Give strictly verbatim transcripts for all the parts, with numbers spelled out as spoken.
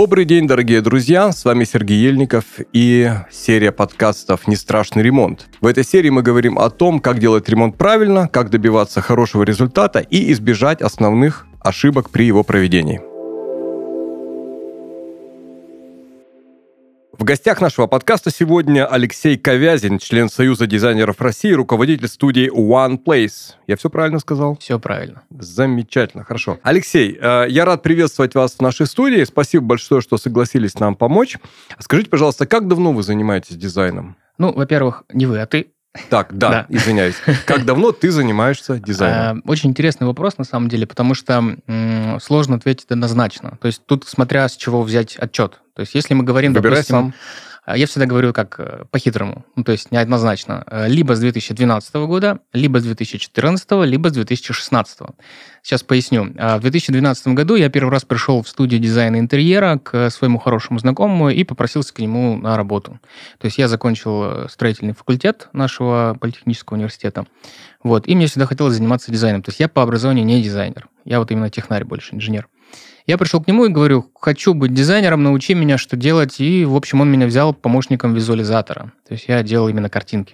Добрый день, дорогие друзья, с вами Сергей Ельников и серия подкастов «Не страшный ремонт». В этой серии мы говорим о том, как делать ремонт правильно, как добиваться хорошего результата и избежать основных ошибок при его проведении. В гостях нашего подкаста сегодня Алексей Ковязин, член Союза дизайнеров России, руководитель студии OnePlace. Я все правильно сказал? Все правильно. Замечательно, хорошо. Алексей, я рад приветствовать вас в нашей студии. Спасибо большое, что согласились нам помочь. Скажите, пожалуйста, как давно вы занимаетесь дизайном? Ну, во-первых, не вы, а ты. Так, да, да, извиняюсь. Как давно ты занимаешься дизайном? Очень интересный вопрос, на самом деле, потому что м, сложно ответить однозначно. То есть тут смотря с чего взять отчет. То есть если мы говорим, Выбирай допустим... сам. Я всегда говорю как по-хитрому, ну, то есть неоднозначно. Либо с две тысячи двенадцатого года, либо с две тысячи четырнадцатого, либо с две тысячи шестнадцатого. Сейчас поясню. В две тысячи двенадцатом году я первый раз пришел в студию дизайна интерьера к своему хорошему знакомому и попросился к нему на работу. То есть я закончил строительный факультет нашего политехнического университета. Вот, и мне всегда хотелось заниматься дизайном. То есть я по образованию не дизайнер. Я вот именно технарь больше, инженер. Я пришел к нему и говорю, хочу быть дизайнером, научи меня, что делать. И, в общем, он меня взял помощником визуализатора. То есть я делал именно картинки.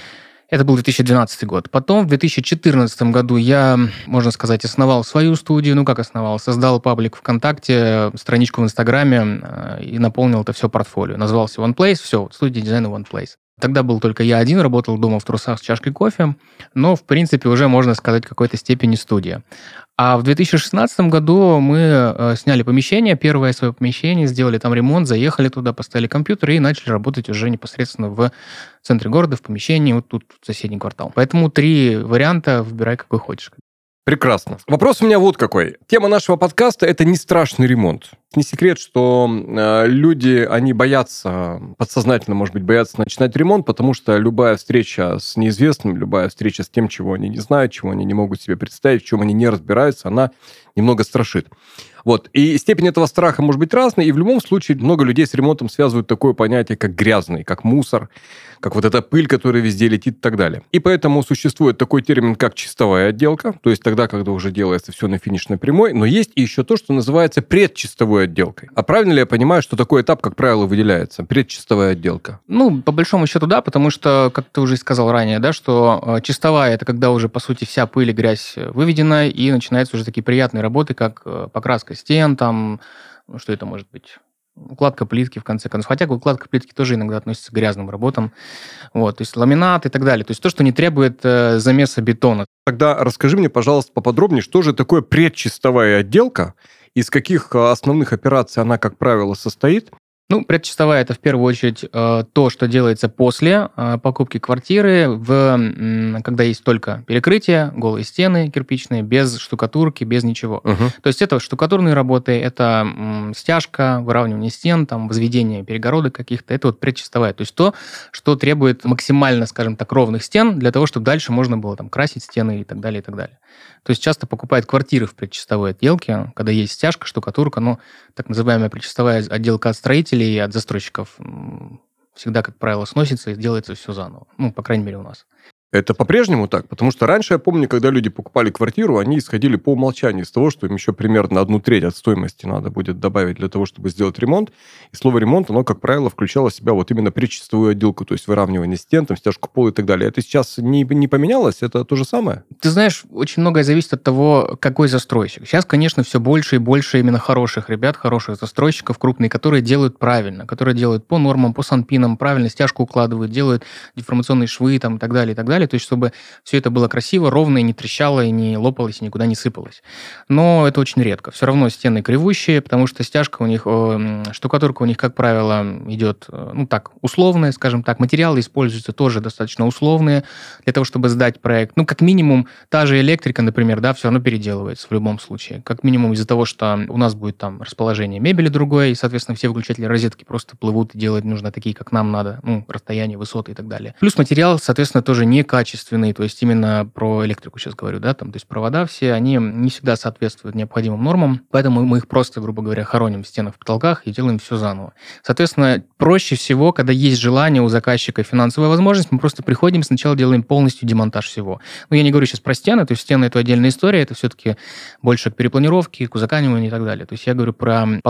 Это был две тысячи двенадцатый год. Потом в две тысячи четырнадцатом году я, можно сказать, основал свою студию. Ну, как основал? Создал паблик ВКонтакте, страничку в Инстаграме и наполнил это все портфолио. Назвался OnePlace, все, студия дизайна OnePlace. Тогда был только я один, работал дома в трусах с чашкой кофе, но, в принципе, уже, можно сказать, в какой-то степени студия. А в две тысячи шестнадцатом году мы сняли помещение, первое свое помещение, сделали там ремонт, заехали туда, поставили компьютер и начали работать уже непосредственно в центре города, в помещении, вот тут соседний квартал. Поэтому три варианта, выбирай, какой хочешь. Прекрасно. Вопрос у меня вот какой. Тема нашего подкаста – это не страшный ремонт. Не секрет, что э, люди, они боятся, подсознательно, может быть, боятся начинать ремонт, потому что любая встреча с неизвестным, любая встреча с тем, чего они не знают, чего они не могут себе представить, в чем они не разбираются, она немного страшит. Вот. И степень этого страха может быть разной, и в любом случае много людей с ремонтом связывают такое понятие, как грязный, как мусор, как вот эта пыль, которая везде летит и так далее. И поэтому существует такой термин, как чистовая отделка, то есть тогда, когда уже делается все на финишной прямой, но есть и еще то, что называется предчистовой отделкой. А правильно ли я понимаю, что такой этап, как правило, выделяется? Предчистовая отделка. Ну, по большому счету, да, потому что, как ты уже сказал ранее, да, что чистовая – это когда уже, по сути, вся пыль и грязь выведена, и начинаются уже такие приятные работы, как покраска стен, там, ну, что это может быть? Укладка плитки, в конце концов. Хотя укладка плитки тоже иногда относится к грязным работам. Вот, то есть ламинат и так далее. То есть то, что не требует э, замеса бетона. Тогда расскажи мне, пожалуйста, поподробнее, что же такое предчистовая отделка, из каких основных операций она, как правило, состоит? Ну, предчистовая – это в первую очередь э, то, что делается после э, покупки квартиры, в, э, когда есть только перекрытие, голые стены кирпичные, без штукатурки, без ничего. Угу. То есть это штукатурные работы, это э, стяжка, выравнивание стен, там, возведение перегородок каких-то. Это вот предчистовая. То есть то, что требует максимально, скажем так, ровных стен для того, чтобы дальше можно было там красить стены и так далее, и так далее. То есть часто покупают квартиры в предчистовой отделке, когда есть стяжка, штукатурка, ну, так называемая предчистовая отделка от строителей и от застройщиков всегда, как правило, сносится и делается все заново. Ну, по крайней мере, у нас. Это по-прежнему так? Потому что раньше, я помню, когда люди покупали квартиру, они исходили по умолчанию из того, что им еще примерно одну треть от стоимости надо будет добавить для того, чтобы сделать ремонт. И слово «ремонт», оно, как правило, включало в себя вот именно предчистовую отделку, то есть выравнивание стен, там, стяжку пола и так далее. Это сейчас не, не поменялось? Это то же самое? Ты знаешь, очень многое зависит от того, какой застройщик. Сейчас, конечно, все больше и больше именно хороших ребят, хороших застройщиков, крупные, которые делают правильно, которые делают по нормам, по санпинам, правильно стяжку укладывают, делают деформационные швы там, и так далее, и так далее. То есть, чтобы все это было красиво, ровно, и не трещало, и не лопалось, и никуда не сыпалось. Но это очень редко. Все равно стены кривущие, потому что стяжка у них, э, штукатурка у них, как правило, идет, э, ну так, условная, скажем так. Материалы используются тоже достаточно условные для того, чтобы сдать проект. Ну, как минимум, та же электрика, например, да, все равно переделывается в любом случае. Как минимум из-за того, что у нас будет там расположение мебели другое, и, соответственно, все выключатели розетки просто плывут, и делать нужно такие, как нам надо, ну, расстояние, высоты и так далее. Плюс материал, соответственно, тоже не качественный, то есть именно про электрику сейчас говорю, да, там, то есть провода все, они не всегда соответствуют необходимым нормам, поэтому мы их просто, грубо говоря, хороним в стенах, в потолках и делаем все заново. Соответственно, проще всего, когда есть желание у заказчика и финансовая возможность, мы просто приходим, сначала делаем полностью демонтаж всего. Но я не говорю сейчас про стены, то есть стены – это отдельная история, это все-таки больше к перепланировке, к узаканиванию и так далее. То есть я говорю про полы,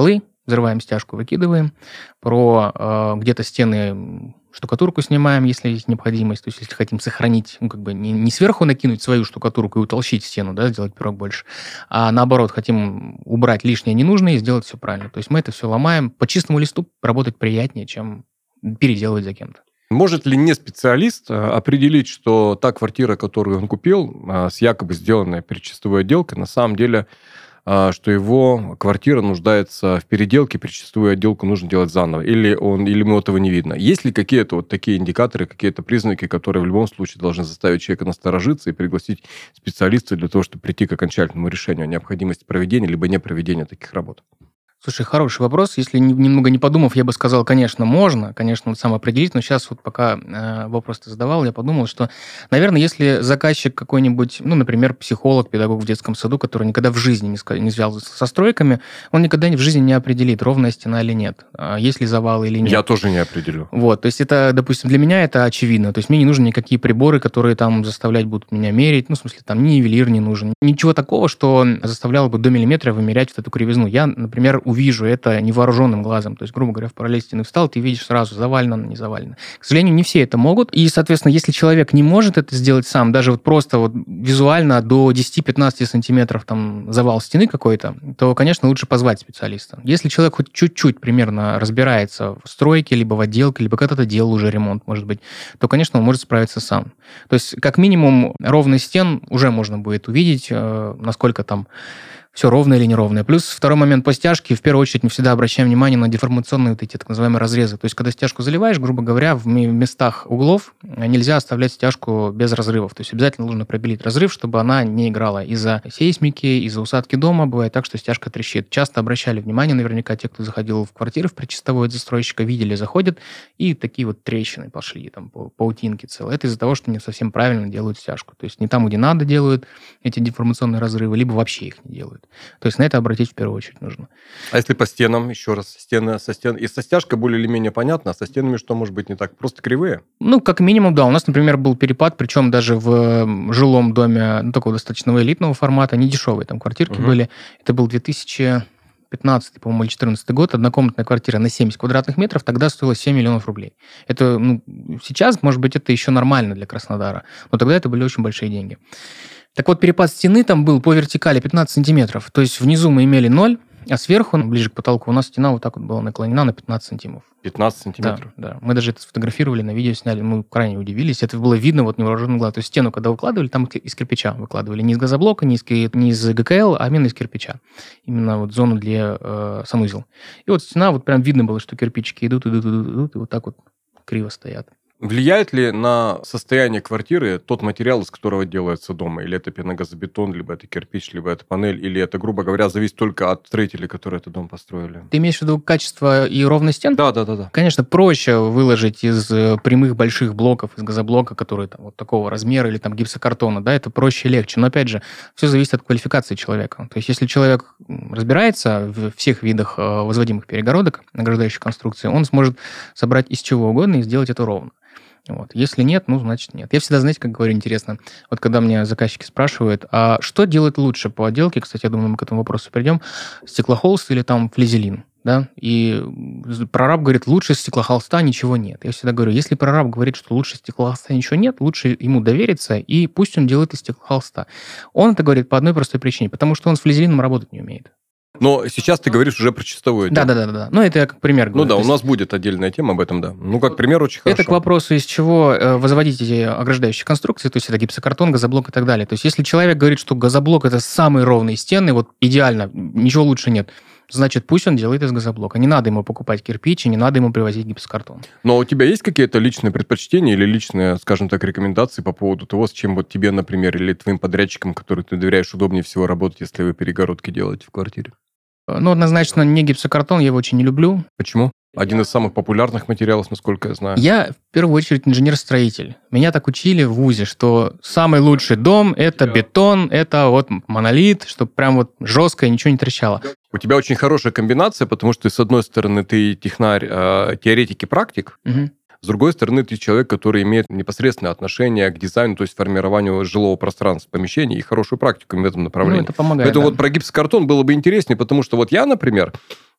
взрываем стяжку, выкидываем. Про э, где-то стены, штукатурку снимаем, если есть необходимость. То есть если хотим сохранить, ну, как бы не, не сверху накинуть свою штукатурку и утолщить стену, да, сделать пирог больше, а наоборот, хотим убрать лишнее ненужное и сделать все правильно. То есть мы это все ломаем. По чистому листу работать приятнее, чем переделывать за кем-то. Может ли не специалист определить, что та квартира, которую он купил, с якобы сделанной предчистовой отделкой, на самом деле, что его квартира нуждается в переделке, предчистовую отделку нужно делать заново, или, он, или ему этого не видно? Есть ли какие-то вот такие индикаторы, какие-то признаки, которые в любом случае должны заставить человека насторожиться и пригласить специалиста для того, чтобы прийти к окончательному решению о необходимости проведения либо не проведения таких работ? Слушай, хороший вопрос. Если немного не подумав, я бы сказал, конечно, можно, конечно, вот сам определить, но сейчас вот пока э, вопрос ты задавал, я подумал, что, наверное, если заказчик какой-нибудь, ну, например, психолог, педагог в детском саду, который никогда в жизни не, не связывался со стройками, он никогда в жизни не определит, ровная стена или нет, есть ли завалы или нет. Я тоже не определю. Вот, то есть это, допустим, для меня это очевидно. То есть мне не нужны никакие приборы, которые там заставлять будут меня мерить, ну, в смысле, там ни нивелир не нужен. Ничего такого, что заставляло бы до миллиметра вымерять вот эту кривизну. Я, например, увижу это невооруженным глазом. То есть, грубо говоря, в параллель стены встал, ты видишь сразу, завалено, не завалено. К сожалению, не все это могут. И, соответственно, если человек не может это сделать сам, даже вот просто вот визуально до десять-пятнадцать сантиметров там завал стены какой-то, то, конечно, лучше позвать специалиста. Если человек хоть чуть-чуть примерно разбирается в стройке, либо в отделке, либо когда-то делал уже ремонт, может быть, то, конечно, он может справиться сам. То есть, как минимум, ровность стен уже можно будет увидеть, насколько там все ровно или неровное. Плюс второй момент по стяжке. В первую очередь мы всегда обращаем внимание на деформационные вот эти так называемые разрезы. То есть, когда стяжку заливаешь, грубо говоря, в местах углов нельзя оставлять стяжку без разрывов. То есть, обязательно нужно пробелить разрыв, чтобы она не играла из-за сейсмики, из-за усадки дома. Бывает так, что стяжка трещит. Часто обращали внимание, наверняка те, кто заходил в квартиру в предчистовой от застройщика, видели, заходят, и такие вот трещины пошли, там, паутинки целые. Это из-за того, что не совсем правильно делают стяжку. То есть, не там, где надо, делают эти деформационные разрывы, либо вообще их не делают. То есть на это обратить в первую очередь нужно. А если по стенам, еще раз, стены со стен... И со стяжкой более или менее понятно, а со стенами что может быть не так? Просто кривые? Ну, как минимум, да. У нас, например, был перепад, причем даже в жилом доме, ну, такого достаточно элитного формата, не дешевые там квартирки угу. были. Это был две тысячи пятнадцатый, по-моему, или две тысячи четырнадцатый год, однокомнатная квартира на семьдесят квадратных метров, тогда стоила семь миллионов рублей. Это, ну, сейчас, может быть, это еще нормально для Краснодара, но тогда это были очень большие деньги. Так вот, перепад стены там был по вертикали пятнадцать сантиметров. То есть внизу мы имели ноль, а сверху, ближе к потолку, у нас стена вот так вот была наклонена на пятнадцать сантиметров. пятнадцать сантиметров? Да, да. Мы даже это сфотографировали, на видео сняли, мы крайне удивились. Это было видно вот невооруженным глазом. То есть стену, когда выкладывали, там из кирпича выкладывали. Не из газоблока, не из, не из ГКЛ, а именно из кирпича. Именно вот зону для э, санузел. И вот стена, вот прям видно было, что кирпичики идут, идут, идут, идут, и вот так вот криво стоят. Влияет ли на состояние квартиры тот материал, из которого делается дом? Или это пеногазобетон, либо это кирпич, либо это панель, или это, грубо говоря, зависит только от строителей, которые этот дом построили? Ты имеешь в виду качество и ровность стен? Да, да, да, да. Конечно, проще выложить из прямых больших блоков, из газоблока, которые там вот такого размера, или там гипсокартона, да, это проще и легче. Но, опять же, все зависит от квалификации человека. То есть, если человек разбирается в всех видах возводимых перегородок, ограждающих конструкций, он сможет собрать из чего угодно и сделать это ровно. Вот. Если нет, ну, значит, нет. Я всегда, знаете, как говорю, интересно, вот когда меня заказчики спрашивают, а что делать лучше по отделке, кстати, я думаю, мы к этому вопросу придем, стеклохолст или там флизелин, да, и прораб говорит, лучше стеклохолста ничего нет. Я всегда говорю, если прораб говорит, что лучше стеклохолста ничего нет, лучше ему довериться, и пусть он делает из стеклохолста. Он это говорит по одной простой причине, потому что он с флизелином работать не умеет. Но сейчас ты говоришь уже про чистовую отделку. Да, да, да, да. Ну, это я как пример говорю. Ну да, То у есть... нас будет отдельная тема об этом, да. Ну, как пример, очень хорошо. Это к вопросу, из чего возводить эти ограждающие конструкции, то есть это гипсокартон, газоблок и так далее. То есть если человек говорит, что газоблок – это самые ровные стены, вот идеально, ничего лучше нет, значит, пусть он делает из газоблока. Не надо ему покупать кирпич, и не надо ему привозить гипсокартон. Но у тебя есть какие-то личные предпочтения или личные, скажем так, рекомендации по поводу того, с чем вот тебе, например, или твоим подрядчикам, которым ты доверяешь, удобнее всего работать, если вы перегородки делаете в квартире? Ну, однозначно, не гипсокартон, я его очень не люблю. Почему? Один из самых популярных материалов, насколько я знаю. Я, в первую очередь, инженер-строитель. Меня так учили в вузе, что самый лучший дом – это бетон, это вот монолит, чтобы прям вот жестко и ничего не трещало. У тебя очень хорошая комбинация, потому что, с одной стороны, ты технарь, э, теоретик и практик, угу. С другой стороны, ты человек, который имеет непосредственное отношение к дизайну, то есть формированию жилого пространства, помещений и хорошую практику в этом направлении. Ну, это помогает, Поэтому да. вот про гипсокартон было бы интереснее, потому что вот я, например,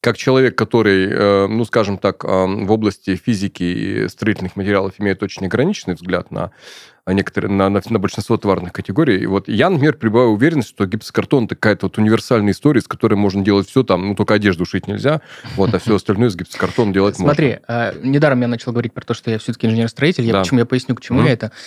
как человек, который, э, ну, скажем так, э, в области физики и строительных материалов имеет очень ограниченный взгляд на некоторые, на, на, на большинство товарных категорий. И вот я, например, прибавляю уверенность, что гипсокартон это какая-то вот универсальная история, с которой можно делать все там, ну, только одежду шить нельзя, вот, а все остальное с гипсокартоном делать можно. Смотри, недаром я начал говорить про то, что я все-таки инженер-строитель, я, почему я поясню, к чему я это.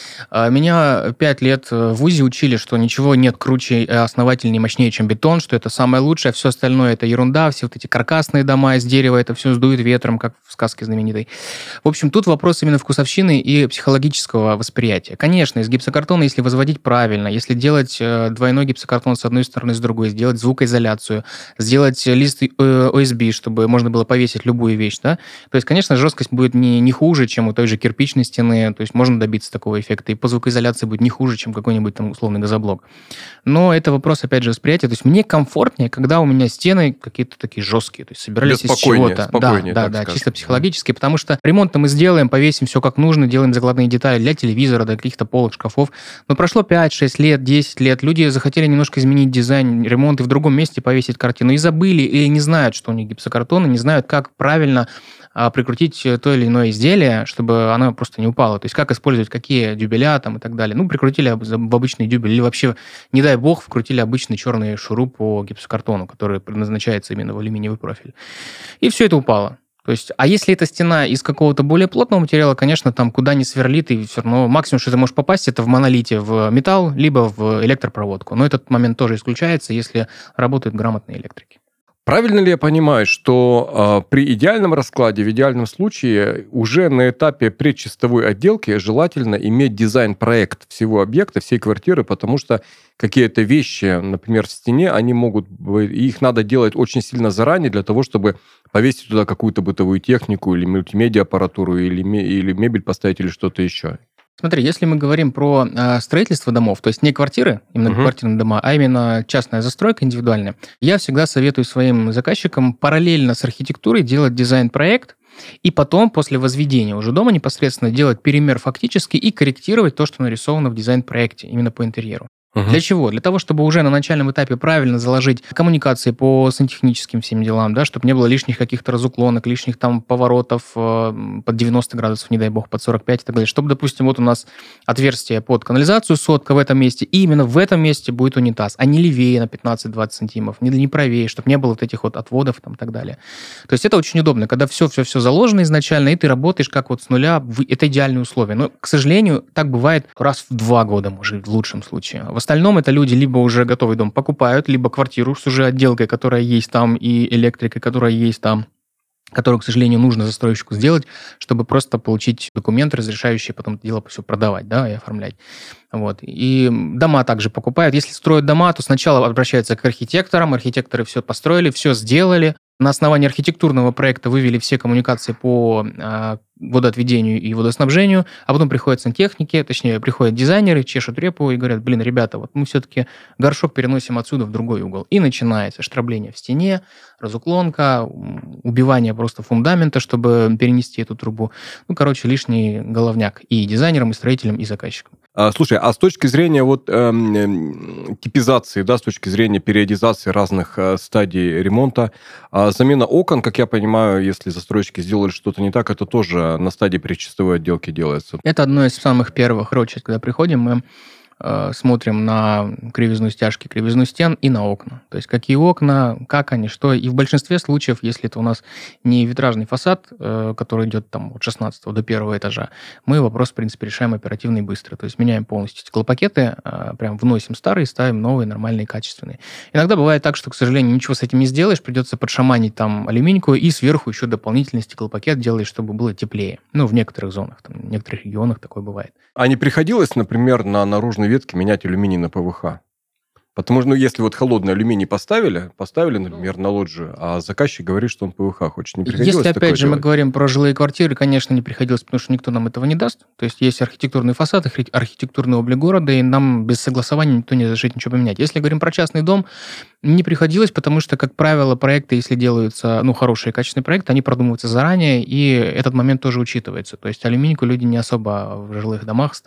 Меня пять лет в ВУЗе учили, что ничего нет круче, основательнее, мощнее, чем бетон, что это самое лучшее, все остальное это ерунда, все вот эти каркасные дома из дерева, это все сдует ветром, как в сказке знаменитой. В общем, тут вопрос именно вкусовщины и психологического восприятия. Конечно, из гипсокартона, если возводить правильно, если делать двойной гипсокартон с одной стороны, с другой, сделать звукоизоляцию, сделать лист о эс би, чтобы можно было повесить любую вещь, да, то есть, конечно, жесткость будет не, не хуже, чем у той же кирпичной стены, то есть можно добиться такого эффекта, и по звукоизоляции будет не хуже, чем какой-нибудь там условный газоблок. Но это вопрос, опять же, восприятия. То есть мне комфортнее, когда у меня стены какие-то такие жесткие, то есть собирались из чего-то. Да, да, да, чисто психологически, потому что ремонт мы сделаем, повесим все как нужно, делаем закладные детали для телевизора, для каких-то полок, шкафов. Но прошло пять-шесть лет, десять лет, люди захотели немножко изменить дизайн, ремонт и в другом месте повесить картину, и забыли или не знают, что у них гипсокартон, и не знают, как правильно а, прикрутить то или иное изделие, чтобы оно просто не упало. То есть как использовать какие дюбеля там и так далее. Ну, прикрутили в обычный дюбель, или вообще, не дай бог, вкрутили обычный черный шуруп по гипсокартону, который предназначается именно в алюминиевый профиль. И все это упало. То есть, а если эта стена из какого-то более плотного материала, конечно, там куда ни сверлит, и все равно максимум, что ты можешь попасть, это в монолите в металл, либо в электропроводку. Но этот момент тоже исключается, если работают грамотные электрики. Правильно ли я понимаю, что э, при идеальном раскладе, в идеальном случае, уже на этапе предчистовой отделки желательно иметь дизайн-проект всего объекта, всей квартиры, потому что какие-то вещи, например, в стене, они могут быть, их надо делать очень сильно заранее для того, чтобы повесить туда какую-то бытовую технику или мультимедиа-аппаратуру, или, или мебель поставить, или что-то еще. Смотри, если мы говорим про э, строительство домов, то есть не квартиры, именно uh-huh. квартирные дома, а именно частная застройка индивидуальная, я всегда советую своим заказчикам параллельно с архитектурой делать дизайн-проект, и потом, после возведения уже дома, непосредственно делать перемер фактически и корректировать то, что нарисовано в дизайн-проекте, именно по интерьеру. Uh-huh. Для чего? Для того, чтобы уже на начальном этапе правильно заложить коммуникации по сантехническим всем делам, да, чтобы не было лишних каких-то разуклонок, лишних там поворотов э, под девяносто градусов, не дай бог, под сорок пять и так далее. Чтобы, допустим, вот у нас отверстие под канализацию, сотка в этом месте, и именно в этом месте будет унитаз, а не левее на пятнадцать-двадцать сантиметров, не, не правее, чтобы не было вот этих вот отводов там, и так далее. То есть это очень удобно, когда все-все-все заложено изначально, и ты работаешь как вот с нуля, это идеальные условия. Но, к сожалению, так бывает раз в два года, может, в лучшем случае. В остальном это люди либо уже готовый дом покупают, либо квартиру с уже отделкой, которая есть там, и электрикой, которая есть там, которую, к сожалению, нужно застройщику сделать, чтобы просто получить документы, разрешающие потом это дело все продавать, да, и оформлять. Вот. И дома также покупают. Если строят дома, то сначала обращаются к архитекторам, архитекторы все построили, все сделали. На основании архитектурного проекта вывели все коммуникации по э, водоотведению и водоснабжению, а потом приходят сантехники, точнее, приходят дизайнеры, чешут репу и говорят, блин, ребята, вот мы все-таки горшок переносим отсюда в другой угол. И начинается штрабление в стене, разуклонка, убивание просто фундамента, чтобы перенести эту трубу. Ну, короче, лишний головняк и дизайнерам, и строителям, и заказчикам. Слушай, а с точки зрения вот э, типизации, да, с точки зрения периодизации разных э, стадий ремонта, э, замена окон, как я понимаю, если застройщики сделали что-то не так, это тоже на стадии предчистовой отделки делается. Это одно из самых первых. Короче, когда приходим, мы э, смотрим на кривизну стяжки, кривизну стен и на окна. То есть какие окна, как они, что. И в большинстве случаев, если это у нас не витражный фасад, э, который идет там от шестнадцатого до первого этажа, мы вопрос, в принципе, решаем оперативно и быстро. То есть меняем полностью стеклопакеты, э, прям вносим старые, ставим новые, нормальные, качественные. Иногда бывает так, что, к сожалению, ничего с этим не сделаешь, придется подшаманить там алюминийку и сверху еще дополнительный стеклопакет делаешь, чтобы было теплее. Ну, в некоторых зонах, там, в некоторых регионах такое бывает. А не приходилось, например, на наружной ветке менять алюминий на ПВХ? Потому что, ну, если вот холодный алюминий поставили, поставили, например, на лоджию, а заказчик говорит, что он ПВХ хочет, не приходилось Если, опять же, делать? мы говорим про жилые квартиры, конечно, не приходилось, потому что никто нам этого не даст. То есть есть архитектурный фасад, архитектурный облик города, и нам без согласования никто не разрешит ничего поменять. Если говорим про частный дом, не приходилось, потому что, как правило, проекты, если делаются, ну, хорошие, качественные проекты, они продумываются заранее, и этот момент тоже учитывается. То есть алюминийку люди не особо в жилых домах ставят.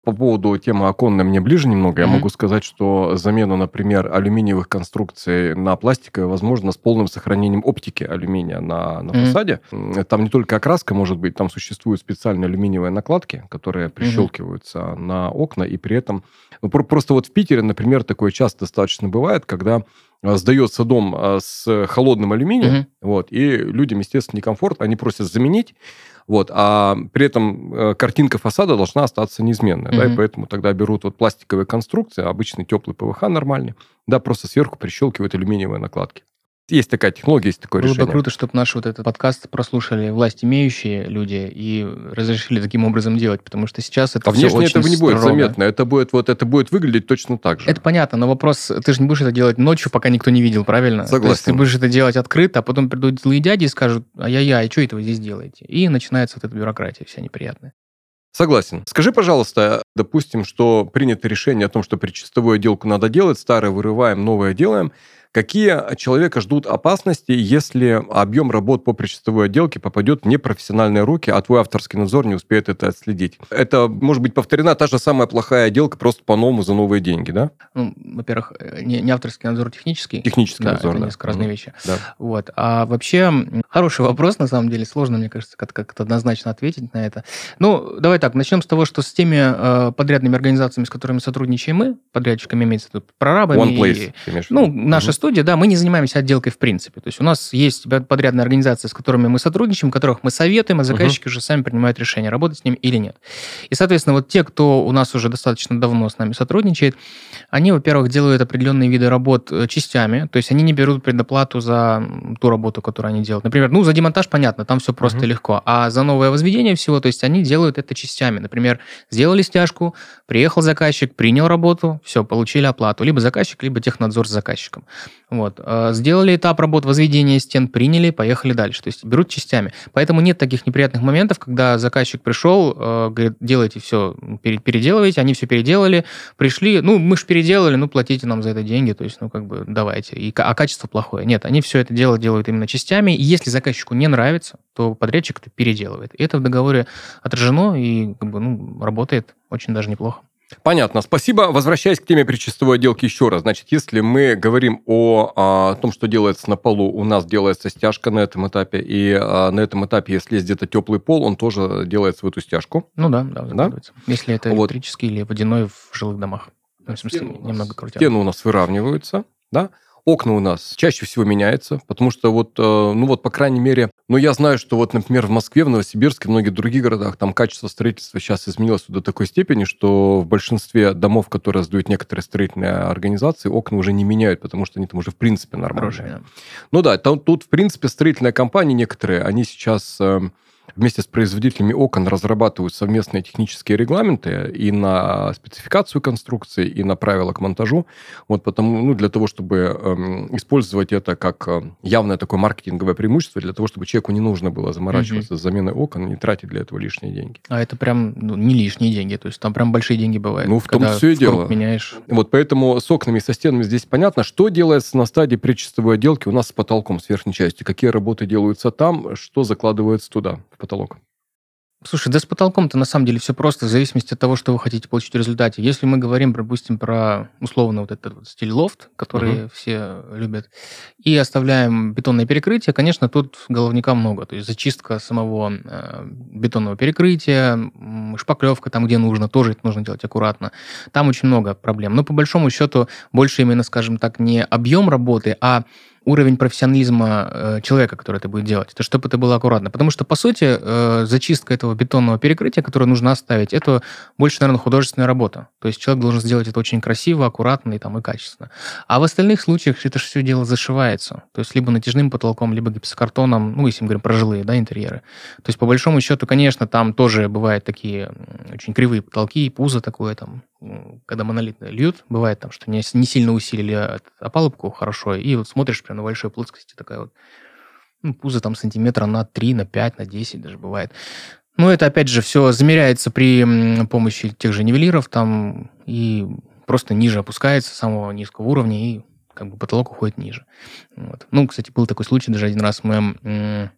по поводу темы оконной мне ближе немного. Я Мгм. могу сказать, что замена, например, алюминиевых конструкций на пластиковые возможно с полным сохранением оптики алюминия на, на Мгм. фасаде. М, Там не только окраска может быть, там существуют специальные алюминиевые накладки, которые Мгм. прищелкиваются на окна, и при этом... ну, про- просто вот в Питере, например, такое часто достаточно бывает, когда а, сдается дом а, с холодным алюминием, Мгм. вот, и людям, естественно, некомфортно, они просят заменить, вот, а при этом э, картинка фасада должна остаться неизменной, да, и Мгм. поэтому тогда берут вот пластиковые конструкции, обычный теплый ПВХ нормальный, да, просто сверху прищелкивают алюминиевые накладки. Есть такая технология, есть такое Было бы решение. круто, чтобы наш вот этот подкаст прослушали власть имеющие люди и разрешили таким образом делать, потому что сейчас это А все внешне очень этого не будет строго. заметно, это будет, вот, это будет выглядеть точно так же. Это понятно, но вопрос, ты же не будешь это делать ночью, пока никто не видел, правильно? То есть ты Согласен. будешь это делать открыто, а потом придут злые дяди и скажут, ай-яй-яй, что это вы здесь делаете? И начинается вот эта бюрократия вся неприятная. Согласен. Скажи, пожалуйста, допустим, что принято решение о том, что предчистовую отделку надо делать, старое вырываем, новое делаем. Какие человека ждут опасности, если объем работ по предчистовой отделке попадет в непрофессиональные руки, а твой авторский надзор не успеет это отследить? Это может быть повторена та же самая плохая отделка просто по-новому за новые деньги, да? Ну, во-первых, э, не, не авторский надзор, технический. Технический Да, надзор, это да. несколько разные Мгм. вещи. Да. Вот. А вообще, м, хороший вопрос, на самом деле, сложно, мне кажется, как- как-то однозначно ответить на это. Ну, давай так, начнем с того, что с теми э, подрядными организациями, с которыми сотрудничаем мы, подрядчиками имеется в виду, прорабами, One Place, и, ты имеешь в ну, виду? наша Мгм. студия, да, мы не занимаемся отделкой в принципе. То есть у нас есть подрядные организации, с которыми мы сотрудничаем, которых мы советуем, а Мгм. заказчики уже сами принимают решение, работать с ним или нет. И, соответственно, вот те, кто у нас уже достаточно давно с нами сотрудничает, они, во-первых, делают определенные виды работ э, частями, то есть они не берут предоплату за м, ту работу, которую они делают. Например, ну, за демонтаж, понятно, там все просто Мгм. и легко, а за новое возведение всего, то есть они делают это частями. Например, сделали стяжку, приехал заказчик, принял работу, все, получили оплату. Либо заказчик, либо технадзор с заказчиком. Вот. Э, Сделали этап работ возведения стен, приняли, поехали дальше. То есть берут частями. Поэтому нет таких неприятных моментов, когда заказчик пришел, э, говорит, делайте все, переделывайте, они все переделали, пришли, ну, мы же переделали, ну, платите нам за это деньги, то есть, ну, как бы, давайте. И, ка- а качество плохое. Нет, они все это дело делают именно частями, и если заказчику не нравится, то подрядчик это переделывает. И это в договоре отражено, и, как бы, ну, работает очень даже неплохо. Понятно, спасибо. Возвращаясь к теме предчистовой отделки еще раз. Значит, если мы говорим о, а, том, что делается на полу, у нас делается стяжка на этом этапе, и а, на этом этапе, если есть где-то теплый пол, он тоже делается в эту стяжку. Ну да, да, Да? закладывается. Если это Вот. электрический или водяной в жилых домах. Ну, в смысле, Стены у нас- немного крутят. Стены у нас выравниваются, да? Окна у нас чаще всего меняются, потому что вот, э, ну вот, по крайней мере, ну я знаю, что вот, например, в Москве, в Новосибирске, в многих других городах, там качество строительства сейчас изменилось до такой степени, что в большинстве домов, которые сдают некоторые строительные организации, окна уже не меняют, потому что они там уже в принципе нормальные. Хорошие, да. Ну да, там, тут, в принципе, строительные компании некоторые, они сейчас э, вместе с производителями окон разрабатывают совместные технические регламенты и на спецификацию конструкции, и на правила к монтажу. Вот потому, ну, для того, чтобы эм, использовать это как э, явное такое маркетинговое преимущество, для того, чтобы человеку не нужно было заморачиваться с заменой окон и тратить для этого лишние деньги. А это прям ну, не лишние деньги, то есть там прям большие деньги бывают. Ну, в том-то когда всё и в круг дело. меняешь. Вот поэтому с окнами и со стенами здесь понятно, что делается на стадии предчистовой отделки у нас с потолком, с верхней частью, какие работы делаются там, что закладывается туда, в потолок. Слушай, да с потолком-то на самом деле все просто, в зависимости от того, что вы хотите получить в результате. Если мы говорим, допустим, про условно вот этот вот стиль лофт, который Мгм. все любят, и оставляем бетонное перекрытие, конечно, тут головника много. То есть зачистка самого э, бетонного перекрытия, м, шпаклевка там, где нужно, тоже это нужно делать аккуратно. Там очень много проблем. Но по большому счету больше именно, скажем так, не объем работы, а уровень профессионализма э, человека, который это будет делать. Это чтобы это было аккуратно. Потому что, по сути, э, зачистка этого бетонного перекрытия, которое нужно оставить, это больше, наверное, художественная работа. То есть человек должен сделать это очень красиво, аккуратно и, там, и качественно. А в остальных случаях это же все дело зашивается. То есть либо натяжным потолком, либо гипсокартоном, ну, если мы говорим про жилые, да, интерьеры. То есть, по большому счету, конечно, там тоже бывают такие м, очень кривые потолки, пузо такое там, м, когда монолитно льют, бывает там, что не, не сильно усилили э, опалубку хорошо, и вот смотришь прям на большой плоскости такая вот, ну, пузо там сантиметра на три, на пять, на десять даже бывает. Но это, опять же, все замеряется при м, помощи тех же нивелиров там и просто ниже опускается, с самого низкого уровня, и как бы потолок уходит ниже. Вот. Ну, кстати, был такой случай, даже один раз мы м,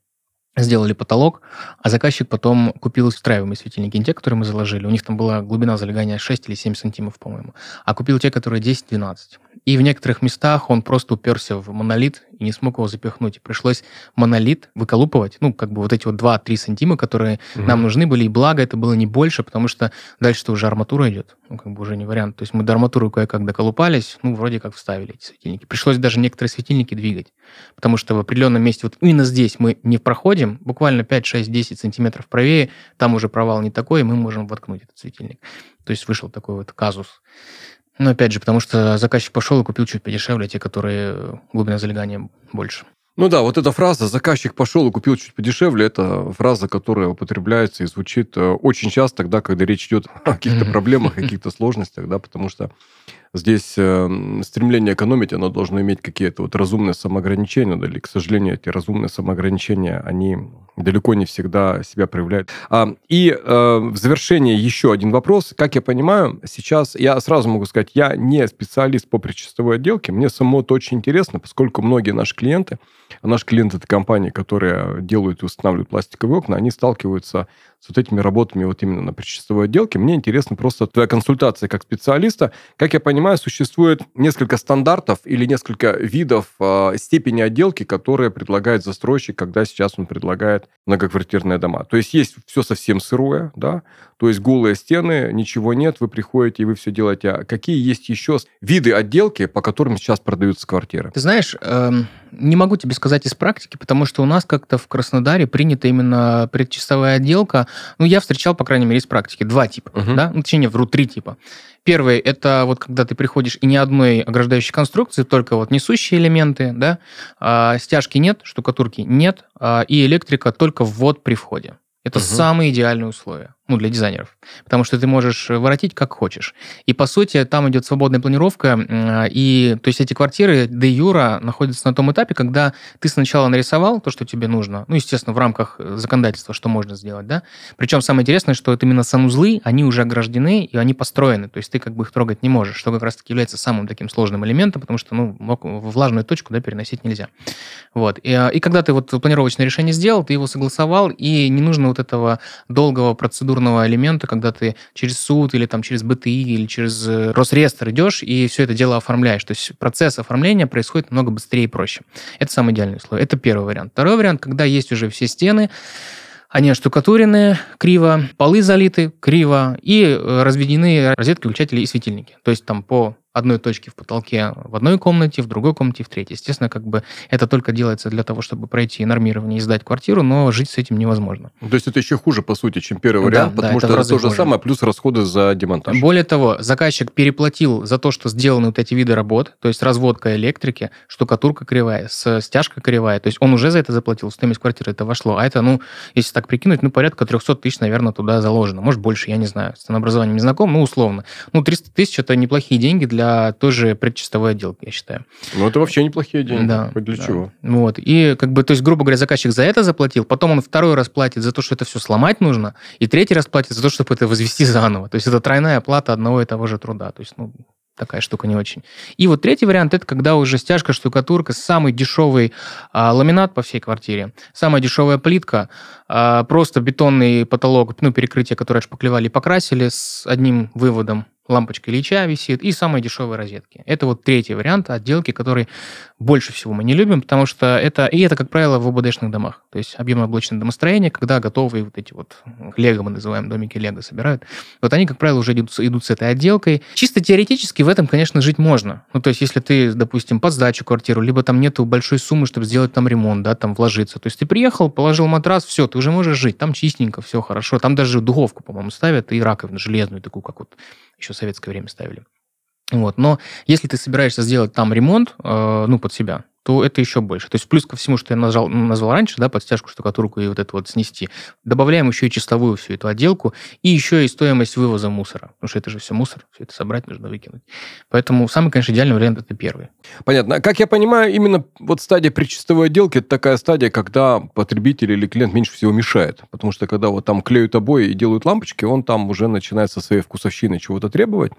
сделали потолок, а заказчик потом купил встраиваемые светильники, не те, которые мы заложили. У них там была глубина залегания шесть или семь сантиметров, по-моему. А купил те, которые десять-двенадцать. И в некоторых местах он просто уперся в монолит и не смог его запихнуть. И пришлось монолит выколупывать, ну, как бы вот эти вот два-три сантиметра, которые угу. нам нужны были. И благо это было не больше, потому что дальше-то уже арматура идет. Ну, как бы уже не вариант. То есть мы до арматуры кое-как доколупались, ну, вроде как вставили эти светильники. Пришлось даже некоторые светильники двигать, потому что в определенном месте, вот именно здесь мы не проходим, буквально пять, шесть, десять сантиметров правее, там уже провал не такой, и мы можем воткнуть этот светильник. То есть вышел такой вот казус. Но опять же, потому что заказчик пошел и купил чуть подешевле те, которые глубина залегания больше. Ну да, вот эта фраза «заказчик пошел и купил чуть подешевле» – это фраза, которая употребляется и звучит очень часто тогда, когда речь идет о каких-то mm-hmm. проблемах, каких-то сложностях, да, потому что здесь э, стремление экономить, оно должно иметь какие-то вот разумные самоограничения, да, или, к сожалению, эти разумные самоограничения, они далеко не всегда себя проявляют. А, и э, в завершение еще один вопрос. Как я понимаю, сейчас я сразу могу сказать, я не специалист по предчистовой отделке, мне самому это очень интересно, поскольку многие наши клиенты, а наши клиенты – это компании, которые делают и устанавливают пластиковые окна, они сталкиваются с вот этими работами вот именно на предчистовой отделке. Мне интересно просто твоя консультация как специалиста. Как я понимаю, существует несколько стандартов или несколько видов э, степени отделки, которые предлагает застройщик, когда сейчас он предлагает многоквартирные дома. То есть есть все совсем сырое, да, то есть голые стены, ничего нет, вы приходите и вы все делаете. А какие есть еще виды отделки, по которым сейчас продаются квартиры? Ты знаешь, эм, не могу тебе сказать из практики, потому что у нас как-то в Краснодаре принята именно предчистовая отделка. Ну, я встречал, по крайней мере, из практики два типа, uh-huh. да, ну, точнее, вру, три типа. Первый – это вот когда ты приходишь и ни одной ограждающей конструкции, только вот несущие элементы, да, а, стяжки нет, штукатурки нет, а, и электрика только ввод при входе. Это uh-huh. самые идеальные условия, ну, для дизайнеров, потому что ты можешь воротить как хочешь. И, по сути, там идет свободная планировка, и, то есть, эти квартиры де юра находятся на том этапе, когда ты сначала нарисовал то, что тебе нужно, ну, естественно, в рамках законодательства, что можно сделать, да. Причем самое интересное, что это именно санузлы, они уже ограждены, и они построены, то есть, ты как бы их трогать не можешь, что как раз-таки является самым таким сложным элементом, потому что, ну, влажную точку, да, переносить нельзя. Вот. И, и когда ты вот планировочное решение сделал, ты его согласовал, и не нужно вот этого долгого процедурного элемента, когда ты через суд или там через бэ тэ и или через Росреестр идешь и все это дело оформляешь. То есть процесс оформления происходит намного быстрее и проще. Это самый идеальный условие. Это первый вариант. Второй вариант, когда есть уже все стены, они оштукатурены криво, полы залиты криво и разведены розетки, выключатели и светильники. То есть там по одной точке в потолке в одной комнате, в другой комнате, в третьей. Естественно, как бы это только делается для того, чтобы пройти нормирование и сдать квартиру, но жить с этим невозможно. То есть это еще хуже, по сути, чем первый вариант, да, потому да, что это, это то же самое, плюс расходы за демонтаж. Более того, заказчик переплатил за то, что сделаны вот эти виды работ, то есть разводка электрики, штукатурка кривая, с стяжка кривая, то есть он уже за это заплатил, стоимость квартиры это вошло, а это, ну, если так прикинуть, ну, порядка триста тысяч, наверное, туда заложено, может, больше, я не знаю, с ценообразованием не знаком, ну, условно. Ну, триста тысяч – это неплохие деньги для тоже предчистовой отделки, я считаю. Ну, это вообще неплохие деньги. Да. Хоть для да. чего. Вот. И, как бы, то есть, грубо говоря, заказчик за это заплатил, потом он второй раз платит за то, что это все сломать нужно, и третий раз платит за то, чтобы это возвести заново. То есть, это тройная оплата одного и того же труда. То есть, ну, такая штука не очень. И вот третий вариант – это когда уже стяжка, штукатурка, самый дешевый а, ламинат по всей квартире, самая дешевая плитка, а, просто бетонный потолок, ну, перекрытие, которое шпаклевали и покрасили с одним выводом, лампочка Ильича висит, и самые дешевые розетки. Это вот третий вариант отделки, который больше всего мы не любим, потому что это, и это, как правило, в ОБДшных домах. То есть объемно-блочное домостроение, когда готовые вот эти вот лего, мы называем, домики лего собирают. Вот они, как правило, уже идут, идут с этой отделкой. Чисто теоретически в этом, конечно, жить можно. Ну, то есть если ты, допустим, под сдачу квартиру, либо там нету большой суммы, чтобы сделать там ремонт, да, там вложиться. То есть ты приехал, положил матрас, все, ты уже можешь жить. Там чистенько, все хорошо. Там даже духовку, по-моему, ставят, и раковину железную такую, как вот еще в советское время ставили. Вот. Но если ты собираешься сделать там ремонт, э, ну, под себя, то это еще больше. То есть плюс ко всему, что я назвал, назвал раньше, да, под стяжку, штукатурку и вот это вот снести, добавляем еще и чистовую всю эту отделку, и еще и стоимость вывоза мусора. Потому что это же все мусор, все это собрать нужно выкинуть. Поэтому самый, конечно, идеальный вариант – это первый. Понятно. Как я понимаю, именно вот стадия предчистовой отделки – это такая стадия, когда потребитель или клиент меньше всего мешает. Потому что когда вот там клеют обои и делают лампочки, он там уже начинает со своей вкусовщины чего-то требовать.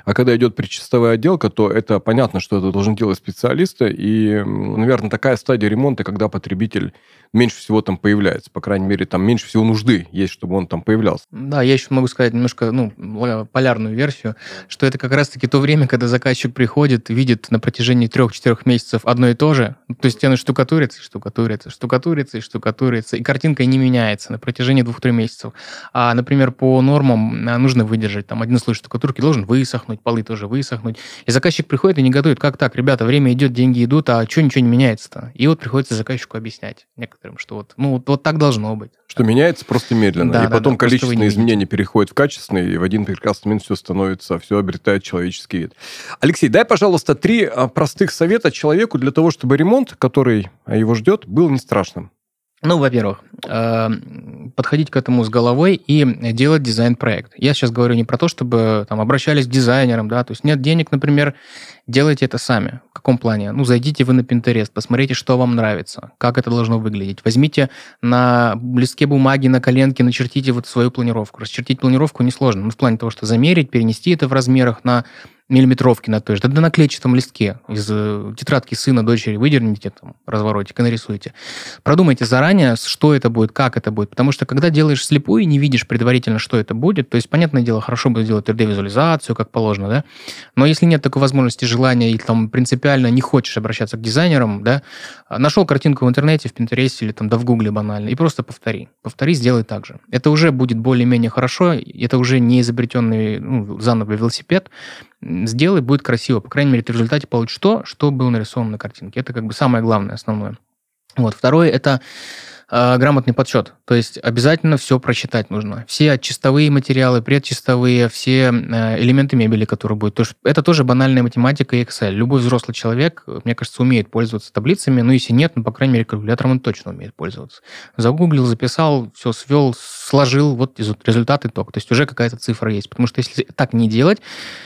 А когда идет предчистовая отделка, то это понятно, что это должны делать специалисты. И, наверное, такая стадия ремонта, когда потребитель меньше всего там появляется. По крайней мере, там меньше всего нужды есть, чтобы он там появлялся. Да, я еще могу сказать немножко ну, полярную версию, что это как раз-таки то время, когда заказчик приходит, видит на протяжении трех-четырех месяцев одно и то же. То есть стены штукатурятся, штукатурятся, штукатурятся и штукатурятся. И картинка не меняется на протяжении двух-трех месяцев. А, например, по нормам нужно выдержать. Там один слой штукатурки должен высохнуть, полы тоже высохнуть. И заказчик приходит и негодует. Как так, ребята, время идет, деньги идут, а что ничего не меняется-то? И вот приходится заказчику объяснять некоторым, что вот, ну, вот, вот так должно быть. Что меняется просто медленно. Да, и да, потом да, количественные изменения переходят в качественные, и в один прекрасный момент все становится, все обретает человеческий вид. Алексей, дай, пожалуйста, три простых совета человеку для того, чтобы ремонт, который его ждет, был не страшным. Ну, во-первых, подходить к этому с головой и делать дизайн-проект. Я сейчас говорю не про то, чтобы там обращались к дизайнерам, да, то есть нет денег, например, делайте это сами. В каком плане? Ну, зайдите вы на Pinterest, посмотрите, что вам нравится, как это должно выглядеть. Возьмите на листке бумаги, на коленке, начертите вот свою планировку. Расчертить планировку несложно, ну, в плане того, что замерить, перенести это в размерах на миллиметровки на той же, да на клетчатом листке из тетрадки сына, дочери выдерните, там, разворотик и нарисуйте. Продумайте заранее, что это будет, как это будет, потому что когда делаешь вслепую и не видишь предварительно, что это будет, то есть, понятное дело, хорошо будет сделать три дэ-визуализацию, как положено, да, но если нет такой возможности, желания, и там принципиально не хочешь обращаться к дизайнерам, да, нашел картинку в интернете, в Пинтересте или там, да в Гугле банально, и просто повтори. Повтори, сделай так же. Это уже будет более-менее хорошо, это уже не изобретенный ну, заново велосипед, сделай, будет красиво. По крайней мере, ты в результате получишь то, что было нарисовано на картинке. Это как бы самое главное, основное. Вот. Второе – это э, грамотный подсчет. То есть обязательно все просчитать нужно. Все чистовые материалы, предчистовые, все э, элементы мебели, которые будут. То есть это тоже банальная математика и Excel. Любой взрослый человек, мне кажется, умеет пользоваться таблицами, но если нет, ну, по крайней мере, калькулятором он точно умеет пользоваться. Загуглил, записал, все свел, сложил, вот результат, итог. То есть уже какая-то цифра есть. Потому что если так не делать,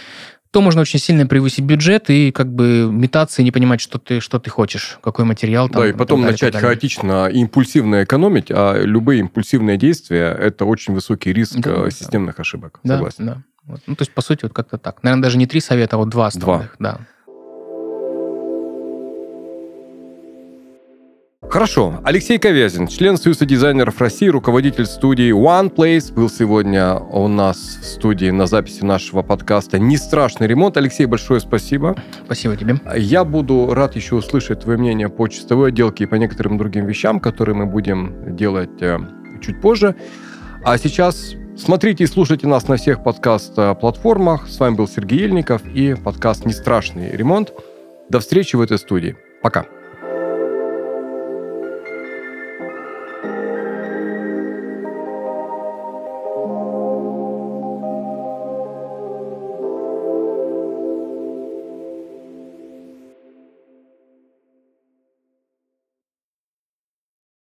то можно очень сильно превысить бюджет и как бы метаться и не понимать, что ты, что ты хочешь, какой материал там. Да, и потом далее, начать далее. хаотично и импульсивно экономить, а любые импульсивные действия – это очень высокий риск да, системных да. ошибок. Да, согласен. Да. Вот. Ну, то есть, по сути, вот как-то так. Наверное, даже не три совета, а вот два основных. Два. Да. Хорошо. Алексей Ковязин, член Союза дизайнеров России, руководитель студии OnePlace, был сегодня у нас в студии на записи нашего подкаста «Не страшный ремонт». Алексей, большое спасибо. Спасибо тебе. Я буду рад еще услышать твое мнение по чистовой отделке и по некоторым другим вещам, которые мы будем делать чуть позже. А сейчас смотрите и слушайте нас на всех подкаст-платформах. С вами был Сергей Ельников и подкаст «Не страшный ремонт». До встречи в этой студии. Пока.